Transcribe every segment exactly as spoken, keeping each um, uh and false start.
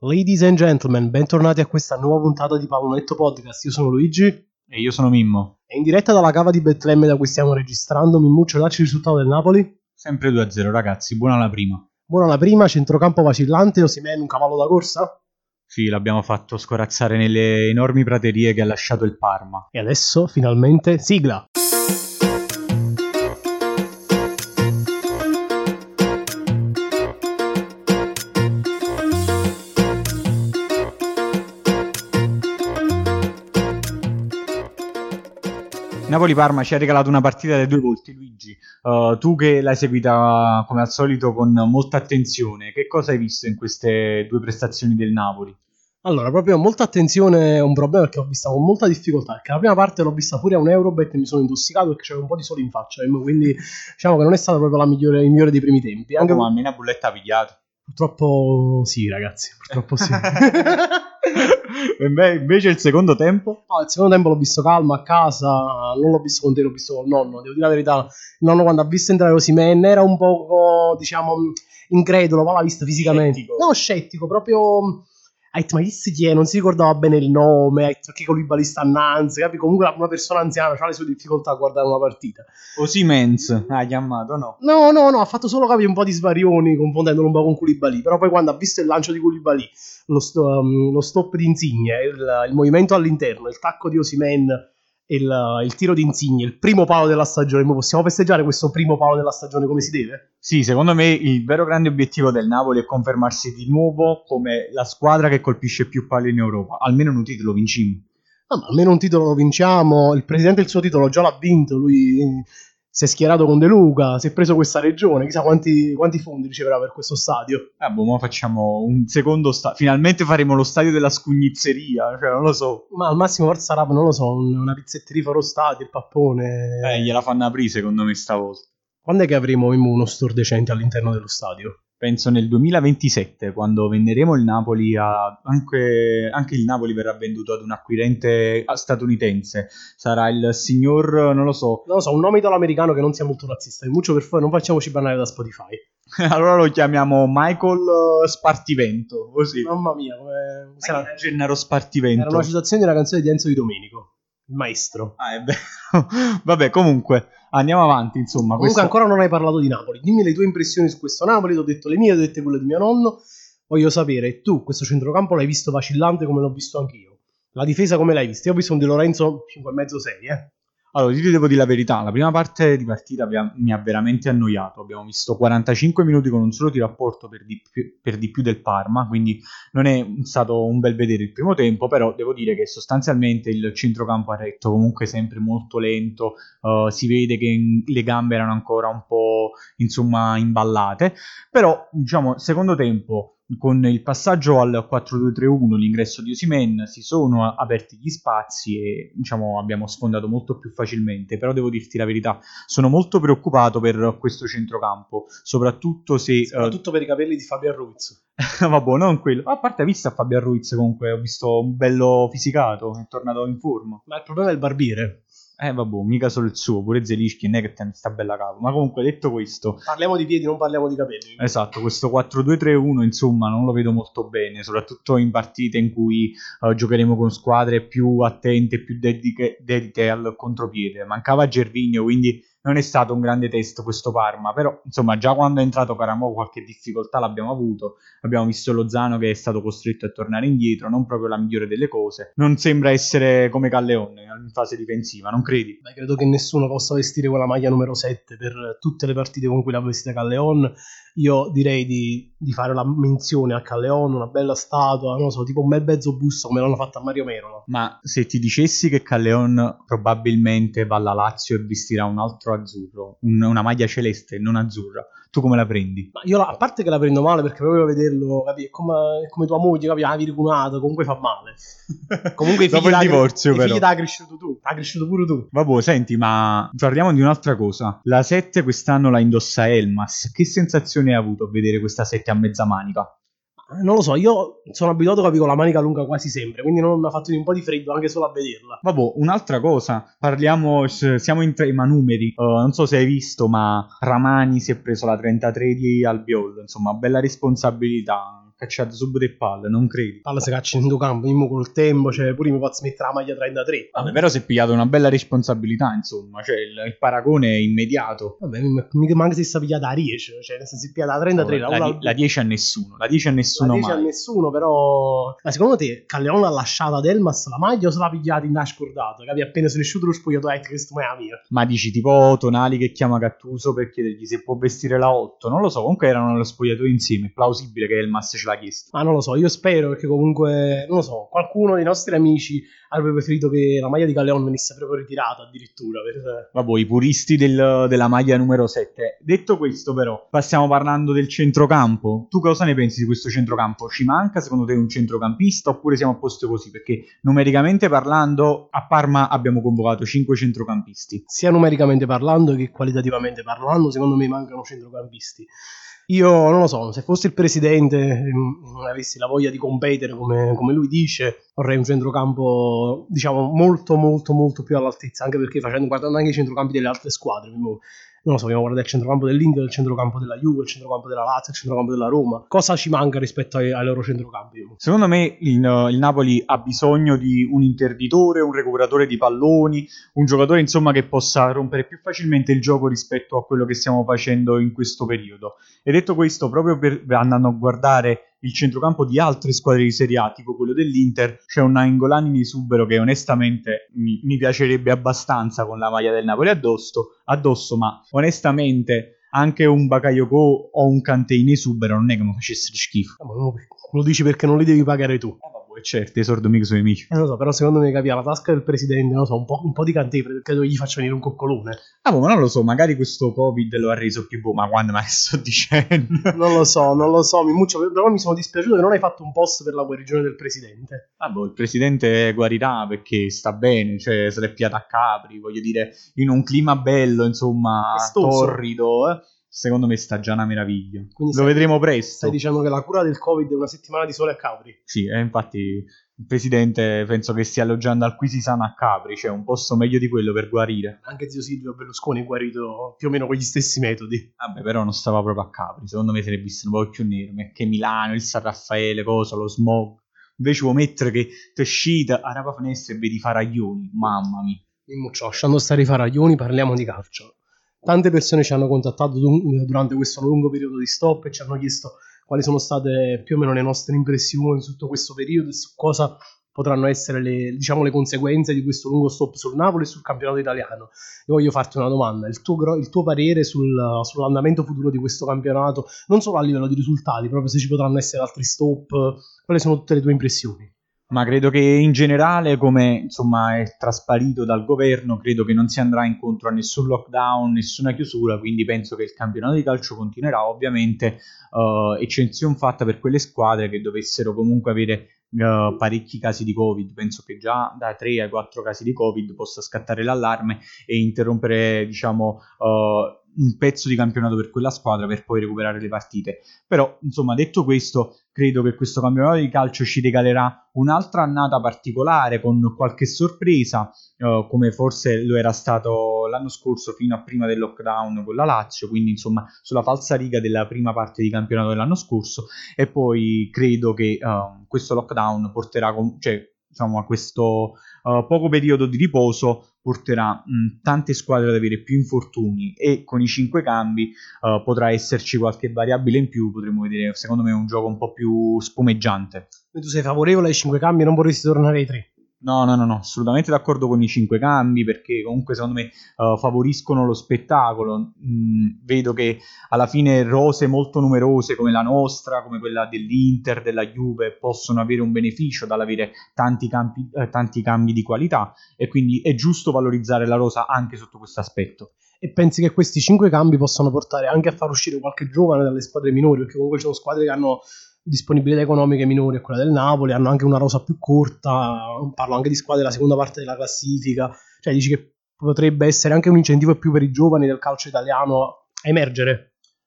Ladies and gentlemen, bentornati a questa nuova puntata di Pallonetto Podcast. Io sono Luigi e io sono Mimmo. E in diretta dalla cava di Betlemme da cui stiamo registrando, Mimmuccio, dacci il risultato del Napoli. Sempre due a zero ragazzi, buona la prima. Buona la prima, centrocampo vacillante, Osimhen un cavallo da corsa? Sì, l'abbiamo fatto scorazzare nelle enormi praterie che ha lasciato il Parma. E adesso, finalmente, sigla! Napoli-Parma ci ha regalato una partita dai due volti, Luigi. Uh, tu che l'hai seguita come al solito con molta attenzione, che cosa hai visto in queste due prestazioni del Napoli? Allora, proprio molta attenzione è un problema perché l'ho vista con molta difficoltà, perché la prima parte l'ho vista pure a un Eurobet e mi sono intossicato perché c'era un po' di sole in faccia, quindi diciamo che non è stata proprio la migliore, il migliore dei primi tempi. Anche ma almeno a bulletta ha pigliato. Purtroppo sì, ragazzi, purtroppo sì. Invece il secondo tempo? No, il secondo tempo l'ho visto calmo a casa, non l'ho visto con te, l'ho visto col nonno. Devo dire la verità, il nonno quando ha visto entrare Osimhen era un po', diciamo, incredulo, ma l'ha visto fisicamente. Scettico. No, scettico, proprio... Ha detto, ma chi si è? Non si ricordava bene il nome, ha detto che Koulibaly sta annanzi, capi? Comunque una persona anziana ha le sue difficoltà a guardare una partita. Osimhen, ha chiamato, no? No, no, no, ha fatto solo capire un po' di svarioni, confondendolo un po' con Koulibaly, però poi quando ha visto il lancio di Koulibaly, lo, st- um, lo stop di Insigne, il, il movimento all'interno, il tacco di Osimhen, il, il tiro di Insigne, il primo palo della stagione, ma possiamo festeggiare questo primo palo della stagione come si deve? Sì, secondo me il vero grande obiettivo del Napoli è confermarsi di nuovo come la squadra che colpisce più palle in Europa, almeno un titolo vincimmo. No, ma almeno un titolo lo vinciamo, il presidente il suo titolo già l'ha vinto, lui si è schierato con De Luca, si è preso questa regione, chissà quanti, quanti fondi riceverà per questo stadio. Ah, boh, ma facciamo un secondo stadio, finalmente faremo lo stadio della scugnizzeria, cioè non lo so. Ma al massimo forse sarà, non lo so, una pizzetteria farò stadio, il pappone. Eh, gliela fanno aprire secondo me stavolta. Quando è che avremo uno store decente all'interno dello stadio? Penso nel duemilaventisette, quando venderemo il Napoli a... Anche, anche il Napoli verrà venduto ad un acquirente statunitense. Sarà il signor, non lo so... Non lo so, un nome italo-americano che non sia molto razzista. Di mucho per favore, non facciamoci bannare da Spotify. Allora lo chiamiamo Michael Spartivento, così. Mamma mia, come... Sarà Gennaro Spartivento. Era una citazione di una canzone di Enzo Di Domenico, il maestro. Ah, è vero. Vabbè, comunque... Andiamo avanti, insomma. Comunque questo... ancora non hai parlato di Napoli. Dimmi le tue impressioni su questo Napoli. Ti ho detto le mie, ti ho detto quelle di mio nonno. Voglio sapere, tu questo centrocampo l'hai visto vacillante come l'ho visto anch'io? La difesa come l'hai vista? Io ho visto un Di Lorenzo cinque e mezzo sei, eh. Allora, io ti devo dire la verità, la prima parte di partita mi ha veramente annoiato, abbiamo visto quarantacinque minuti con un solo tiro a porto per di, più, per di più del Parma, quindi non è stato un bel vedere il primo tempo, però devo dire che sostanzialmente il centrocampo ha retto comunque sempre molto lento, uh, si vede che le gambe erano ancora un po' insomma imballate, però diciamo secondo tempo... Con il passaggio al quattro due tre uno, l'ingresso di Osimhen, si sono aperti gli spazi e diciamo abbiamo sfondato molto più facilmente, però devo dirti la verità, sono molto preoccupato per questo centrocampo, soprattutto se... Soprattutto uh... per i capelli di Fabian Ruiz. Vabbè, non quello. A parte, hai visto a Fabian Ruiz comunque, ho visto un bello fisicato, è tornato in forma. Ma il problema è il barbiere. Eh vabbè, mica solo il suo, pure Zelischi non è che sta bella capo. Ma comunque detto questo, parliamo di piedi, non parliamo di capelli. Esatto, questo quattro due tre uno insomma non lo vedo molto bene, soprattutto in partite in cui uh, giocheremo con squadre più attente, più dediche, dedite al contropiede. Mancava Gervinho, quindi non è stato un grande test questo Parma, però insomma già quando è entrato Caramò qualche difficoltà l'abbiamo avuto, abbiamo visto Lozano che è stato costretto a tornare indietro, non proprio la migliore delle cose, non sembra essere come Calleon in fase difensiva, non credi? Beh, credo che nessuno possa vestire quella maglia numero sette per tutte le partite con cui l'ha vestita Calleon. Io direi di, di fare la menzione a Calleon, una bella statua, non so, tipo un bel mezzo busto come l'hanno fatta a Mario Merola. Ma se ti dicessi che Calleon probabilmente va alla Lazio e vestirà un altro azzurro, un, una maglia celeste, non azzurra, tu come la prendi? Ma io la, a parte che la prendo male perché proprio vederlo, capi, è come, è come tua moglie, capi, la virgunata, comunque fa male. Comunque i figli dopo il divorzio, i però. I figli t'ha cresciuto tu, t'ha cresciuto pure tu. Vabbè, senti, ma parliamo di un'altra cosa. La sette quest'anno la indossa Elmas. Che sensazione hai avuto a vedere questa sette a mezza manica? Non lo so, io sono abituato capi, con la manica lunga quasi sempre, quindi non mi ha fatto un po' di freddo anche solo a vederla. Vabbè, un'altra cosa, parliamo, siamo in tema numeri, uh, non so se hai visto, ma Ramani si è preso la trentatré di Albiol, insomma, bella responsabilità. cacciato subito e palle, non credi? Palla si caccia in due campo, io col tempo, cioè pure mi posso mettere la maglia trentatré. Vabbè, però si è pigliato una bella responsabilità, insomma, cioè il, il paragone è immediato. Vabbè, mi, mi manca se sta pigliata a dieci, cioè nel senso si è pigliata la trentatré. No, la, la, la, la dieci a nessuno, la dieci a nessuno la dieci mai. a nessuno, però... Ma secondo te Callejon ha lasciato ad Elmas la maglia o se l'ha pigliata in nascordata? Capi? Appena sono uscito lo spogliatoio, ecco, questo è la mia. Ma dici tipo Tonali che chiama Gattuso per chiedergli se può vestire la otto? Non lo so, comunque erano nello spogliatoio insieme, è plausibile che Elmas ce l'ha chiesto. Ma non lo so, io spero perché comunque, non lo so, qualcuno dei nostri amici avrebbe preferito che la maglia di Callejon venisse proprio ritirata addirittura. Per... Vabbè, i puristi del, della maglia numero sette. Detto questo però, passiamo parlando del centrocampo. Tu cosa ne pensi di questo centrocampo? Ci manca secondo te un centrocampista oppure siamo a posto così? Perché numericamente parlando a Parma abbiamo convocato cinque centrocampisti. Sia numericamente parlando che qualitativamente parlando, secondo me mancano centrocampisti. Io non lo so, se fossi il presidente, non avessi la voglia di competere come, come lui dice, vorrei un centrocampo, diciamo, molto molto molto più all'altezza, anche perché facendo, guardando anche i centrocampi delle altre squadre, non lo so, vogliamo guardare il centrocampo dell'Inter, il centrocampo della Juve, il centrocampo della Lazio, il centrocampo della Roma. Cosa ci manca rispetto ai, ai loro centrocampi? Secondo me il, il Napoli ha bisogno di un interditore, un recuperatore di palloni, un giocatore insomma che possa rompere più facilmente il gioco rispetto a quello che stiamo facendo in questo periodo. E detto questo, proprio per, andando a guardare il centrocampo di altre squadre di Serie A, tipo quello dell'Inter, c'è un Nainggolan di Subero che onestamente mi, mi piacerebbe abbastanza con la maglia del Napoli addosso, addosso ma onestamente anche un Bakayoko o un Kanté in Subero non è che mi facessero schifo. Lo dici perché non li devi pagare tu. E certo, i sordo mica sono amici. Eh, non lo so, però secondo me capire la tasca del presidente, non so, un po', un po' di Kanté, credo gli faccia venire un coccolone. Ah, ma non lo so, magari questo Covid lo ha reso più buono, ma quando mai sto dicendo? Non lo so, non lo so, mi muccio, però mi sono dispiaciuto che non hai fatto un post per la guarigione del presidente. Ah, boh, il presidente guarirà perché sta bene, cioè se l'è piata a Capri, voglio dire, in un clima bello, insomma, Festoso. Torrido, eh. Secondo me sta già una meraviglia. Quindi lo stai, vedremo presto. Stai dicendo che la cura del Covid è una settimana di sole a Capri? Sì, e infatti il presidente penso che stia alloggiando al Quisisano a Capri, cioè un posto meglio di quello per guarire. Anche zio Silvio Berlusconi è guarito più o meno con gli stessi metodi. Vabbè, però non stava proprio a Capri, secondo me se ne è visto un po' più nero, che Milano, il San Raffaele, cosa, lo smog. Invece vuoi mettere che ti uscita a rapa finestra e vedi faraglioni, mamma mia. Mimmuccio, lasciando stare i faraglioni, parliamo di calcio. Tante persone ci hanno contattato durante questo lungo periodo di stop e ci hanno chiesto quali sono state più o meno le nostre impressioni su tutto questo periodo e su cosa potranno essere le, diciamo, le conseguenze di questo lungo stop sul Napoli e sul campionato italiano. Io voglio farti una domanda, il tuo, il tuo parere sul, sull'andamento futuro di questo campionato, non solo a livello di risultati, proprio se ci potranno essere altri stop, quali sono tutte le tue impressioni? Ma credo che in generale, come insomma è trasparito dal governo, credo che non si andrà incontro a nessun lockdown, nessuna chiusura, quindi penso che il campionato di calcio continuerà, ovviamente uh, eccezione fatta per quelle squadre che dovessero comunque avere uh, parecchi casi di Covid. Penso che già da tre ai quattro casi di Covid possa scattare l'allarme e interrompere, diciamo, uh, un pezzo di campionato per quella squadra per poi recuperare le partite. Però, insomma, detto questo, credo che questo campionato di calcio ci regalerà un'altra annata particolare con qualche sorpresa, uh, come forse lo era stato l'anno scorso fino a prima del lockdown con la Lazio, quindi insomma sulla falsariga della prima parte di campionato dell'anno scorso. E poi credo che uh, questo lockdown porterà, com- cioè diciamo a questo uh, poco periodo di riposo porterà mh, tante squadre ad avere più infortuni e con i cinque cambi uh, potrà esserci qualche variabile in più, potremmo vedere secondo me un gioco un po' più spumeggiante. Tu sei favorevole ai cinque cambi e non vorresti tornare ai tre? No, no, no, no, assolutamente d'accordo con i cinque cambi perché comunque secondo me uh, favoriscono lo spettacolo. Mm, vedo che alla fine rose molto numerose come la nostra, come quella dell'Inter, della Juve, possono avere un beneficio dall'avere tanti, campi, eh, tanti cambi di qualità e quindi è giusto valorizzare la rosa anche sotto questo aspetto. E pensi che questi cinque cambi possano portare anche a far uscire qualche giovane dalle squadre minori? Perché comunque ci sono squadre che hanno disponibilità economiche minori a quella del Napoli, hanno anche una rosa più corta, parlo anche di squadre della seconda parte della classifica, cioè dici che potrebbe essere anche un incentivo più per i giovani del calcio italiano a emergere?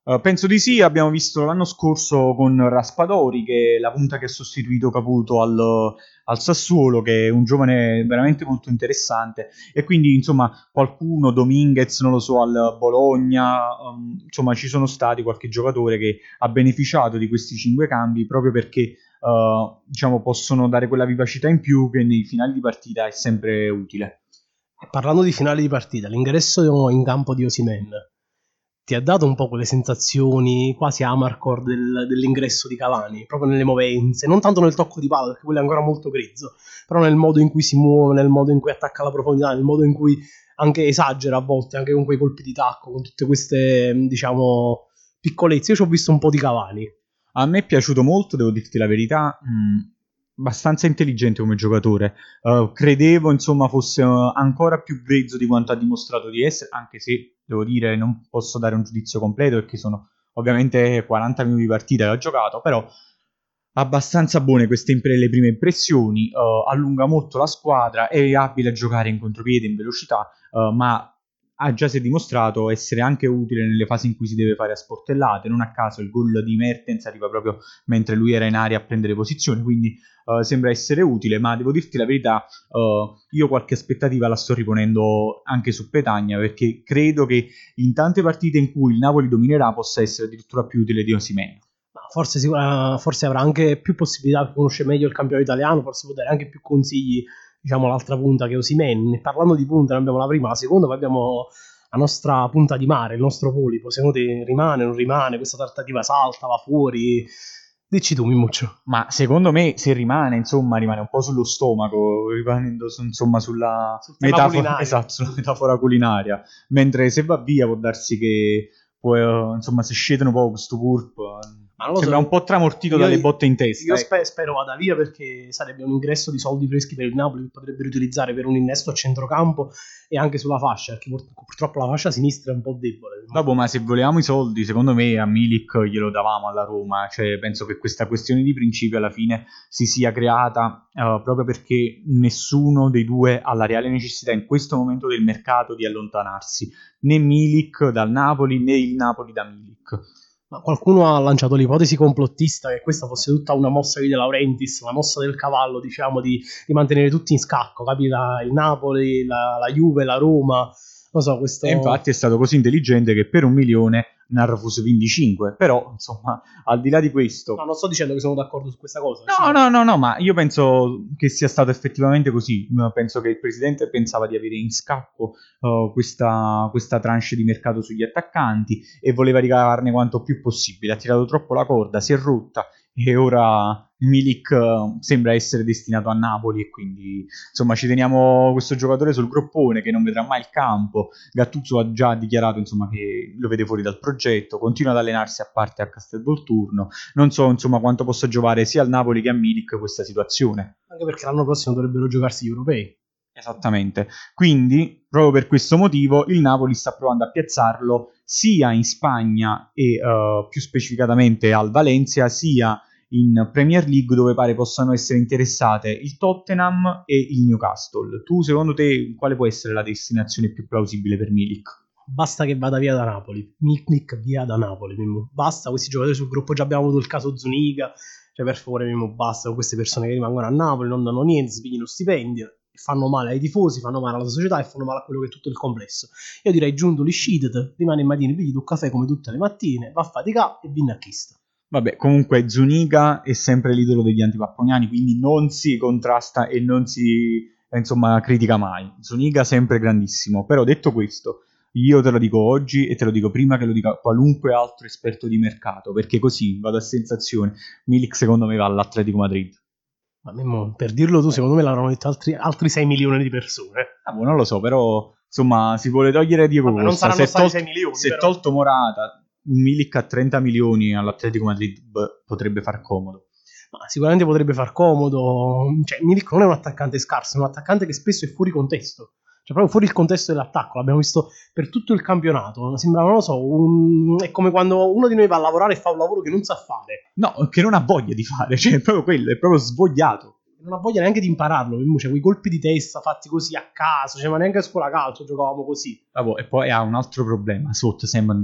Uh, penso di sì, abbiamo visto l'anno scorso con Raspadori, che è la punta che ha sostituito Caputo al, al Sassuolo, che è un giovane veramente molto interessante, e quindi insomma qualcuno, Dominguez, non lo so, al Bologna, um, insomma ci sono stati qualche giocatore che ha beneficiato di questi cinque cambi proprio perché uh, diciamo possono dare quella vivacità in più che nei finali di partita è sempre utile. Parlando di finali di partita, l'ingresso in campo di Osimhen ti ha dato un po' quelle sensazioni quasi Amarcord del, dell'ingresso di Cavani, proprio nelle movenze, non tanto nel tocco di palla, perché quello è ancora molto grezzo, però nel modo in cui si muove, nel modo in cui attacca la profondità, nel modo in cui anche esagera a volte, anche con quei colpi di tacco, con tutte queste, diciamo, piccolezze. Io ci ho visto un po' di Cavani. A me è piaciuto molto, devo dirti la verità, mh, abbastanza intelligente come giocatore. Uh, credevo insomma fosse uh, ancora più grezzo di quanto ha dimostrato di essere, anche se devo dire non posso dare un giudizio completo perché sono ovviamente quaranta minuti di partita che ha giocato, però abbastanza buone queste impre- le prime impressioni, uh, allunga molto la squadra, è abile a giocare in contropiede, in velocità, uh, ma ha già si è dimostrato essere anche utile nelle fasi in cui si deve fare a sportellate. Non a caso il gol di Mertens arriva proprio mentre lui era in aria a prendere posizione, quindi uh, sembra essere utile, ma devo dirti la verità, uh, io qualche aspettativa la sto riponendo anche su Petagna, perché credo che in tante partite in cui il Napoli dominerà possa essere addirittura più utile di Osimhen. Forse, forse avrà anche più possibilità, perché conosce meglio il campionato italiano, forse può dare anche più consigli, diciamo, l'altra punta che Osimhen. Parlando di punta, noi abbiamo la prima, la seconda, poi abbiamo la nostra punta di mare, il nostro polipo. Secondo te rimane, non rimane? Questa trattativa salta, va fuori? Dici tu, Mimmuccio. Ma secondo me se rimane, insomma, rimane un po' sullo stomaco, rimanendo su, insomma sulla Sul metafora, esatto, sulla metafora culinaria, mentre se va via può darsi che può, insomma, se scedono un po' questo Pulp, sembra so, un po' tramortito io, dalle botte in testa. Io ecco. spero vada via, perché sarebbe un ingresso di soldi freschi per il Napoli che potrebbero utilizzare per un innesto a centrocampo e anche sulla fascia, perché purtroppo la fascia sinistra è un po' debole. Vabbè, ma se volevamo i soldi, secondo me a Milik glielo davamo alla Roma, cioè penso che questa questione di principio alla fine si sia creata uh, proprio perché nessuno dei due ha la reale necessità in questo momento del mercato di allontanarsi, né Milik dal Napoli né il Napoli da Milik. Ma qualcuno ha lanciato l'ipotesi complottista che questa fosse tutta una mossa di De Laurentiis, la mossa del cavallo, diciamo, di, di mantenere tutti in scacco, capita? Il Napoli, la, la Juve, la Roma, non so, questo... E infatti è stato così intelligente che per un milione ne ha refuso venticinque, però, insomma, al di là di questo... No, non sto dicendo che sono d'accordo su questa cosa. No, sì. no, no, no, ma io penso che sia stato effettivamente così. Penso che il presidente pensava di avere in scacco uh, questa, questa tranche di mercato sugli attaccanti e voleva ricavarne quanto più possibile. Ha tirato troppo la corda, si è rotta e ora Milik uh, sembra essere destinato a Napoli e quindi insomma ci teniamo questo giocatore sul groppone che non vedrà mai il campo. Gattuso ha già dichiarato insomma che lo vede fuori dal progetto, continua ad allenarsi a parte a Castelvolturno. Non so insomma quanto possa giovare sia al Napoli che a Milik questa situazione, anche perché l'anno prossimo dovrebbero giocarsi gli europei. Esattamente, quindi proprio per questo motivo il Napoli sta provando a piazzarlo sia in Spagna e uh, più specificatamente al Valencia, sia in Premier League, dove pare possano essere interessate il Tottenham e il Newcastle. Tu secondo te quale può essere la destinazione più plausibile per Milik? Basta che vada via da Napoli, Milik via da Napoli, Mimmo. Basta, questi giocatori sul gruppo, già abbiamo avuto il caso Zuniga, cioè per favore Mimmo, basta con queste persone che rimangono a Napoli, non danno niente, spigliano stipendio, fanno male ai tifosi, fanno male alla società e fanno male a quello che è tutto il complesso. Io direi giunto l'iscidet, rimane in mattina, pigli un caffè come tutte le mattine, va a faticare e viene a chista. Vabbè, comunque Zuniga è sempre l'idolo degli antipapponiani, quindi non si contrasta e non si, insomma, critica mai. Zuniga sempre grandissimo, però detto questo, io te lo dico oggi e te lo dico prima che lo dica qualunque altro esperto di mercato, perché così vado a sensazione. Milik secondo me va all'Atletico Madrid. Ma Mimmo, per dirlo tu, secondo me l'avranno detto altri, altri sei milioni di persone. Ah, boh, non lo so, però insomma si vuole togliere Diego Vabbè, Costa. non saranno se tol- sei milioni, se però. tolto Morata, un Milik a trenta milioni all'Atletico Madrid beh, potrebbe far comodo. Ma sicuramente potrebbe far comodo. Cioè, Milik non è un attaccante scarso, è un attaccante che spesso è fuori contesto. Cioè, proprio fuori il contesto dell'attacco. L'abbiamo visto per tutto il campionato. Sembra, non lo so, un... è come quando uno di noi va a lavorare e fa un lavoro che non sa fare. No, che non ha voglia di fare. Cioè, è proprio quello, è proprio svogliato. Non ha voglia neanche di impararlo. Cioè, quei colpi di testa fatti così a caso. Cioè, ma neanche a scuola calcio giocavamo così. Vabbè, e poi ha un altro problema sotto Sam Bandera.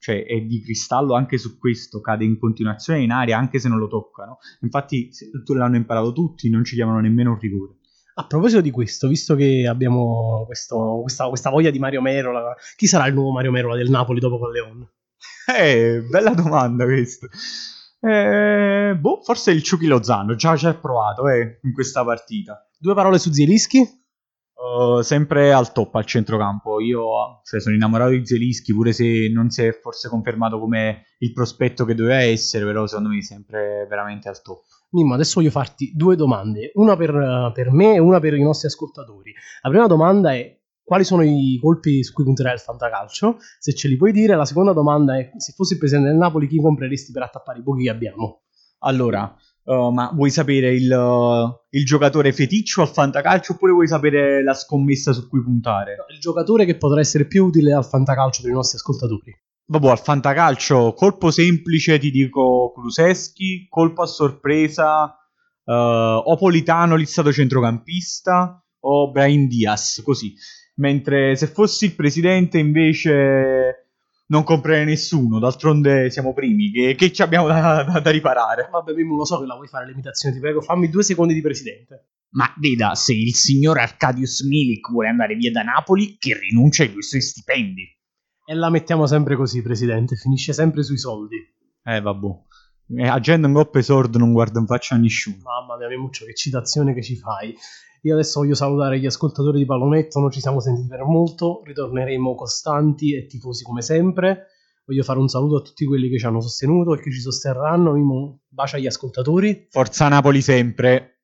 cioè è di cristallo anche su questo, cade in continuazione in aria anche se non lo toccano. Infatti l'hanno imparato tutti, non ci chiamano nemmeno un rigore. A proposito di questo, visto che abbiamo questo, questa, questa voglia di Mario Merola, chi sarà il nuovo Mario Merola del Napoli dopo Calleon? Eh, bella domanda questa. Eh, boh, forse il Ciuchi Lozano, già ci ha provato eh, in questa partita. Due parole su Zielinski? Uh, sempre al top al centrocampo. Io cioè, sono innamorato di Zielinski, pure se non si è forse confermato come il prospetto che doveva essere, però secondo me è sempre veramente al top. Mimmo, adesso voglio farti due domande, una per, per me e una per i nostri ascoltatori. La prima domanda è: quali sono i colpi su cui punterai il fantacalcio? Se ce li puoi dire. La seconda domanda è: se fossi il presidente del Napoli, chi compreresti per attappare i pochi che abbiamo? Allora, uh, ma vuoi sapere il, uh, il giocatore feticcio al fantacalcio oppure vuoi sapere la scommessa su cui puntare? Il giocatore che potrà essere più utile al fantacalcio per i nostri ascoltatori. Vabbè, al fantacalcio, colpo semplice ti dico Kulusevski, colpo a sorpresa uh, o Politano, lissato centrocampista, o Brahim Diaz, così. Mentre se fossi il presidente invece non comprerei nessuno, d'altronde siamo primi, che, che ci abbiamo da, da, da riparare. Vabbè, Mimmo, lo so che la vuoi fare l'imitazione, ti prego, fammi due secondi di presidente. Ma veda, se il signor Arkadiusz Milik vuole andare via da Napoli, che rinuncia ai suoi stipendi. E la mettiamo sempre così, presidente, finisce sempre sui soldi. Eh, vabbè. Eh, agenda un coppe sordo, non guarda in faccia a nessuno. Mamma mia, Mimuccio, che citazione che ci fai. Io adesso voglio salutare gli ascoltatori di Pallonetto, non ci siamo sentiti per molto, ritorneremo costanti e tifosi come sempre. Voglio fare un saluto a tutti quelli che ci hanno sostenuto e che ci sosterranno. Un bacio agli ascoltatori. Forza Napoli sempre!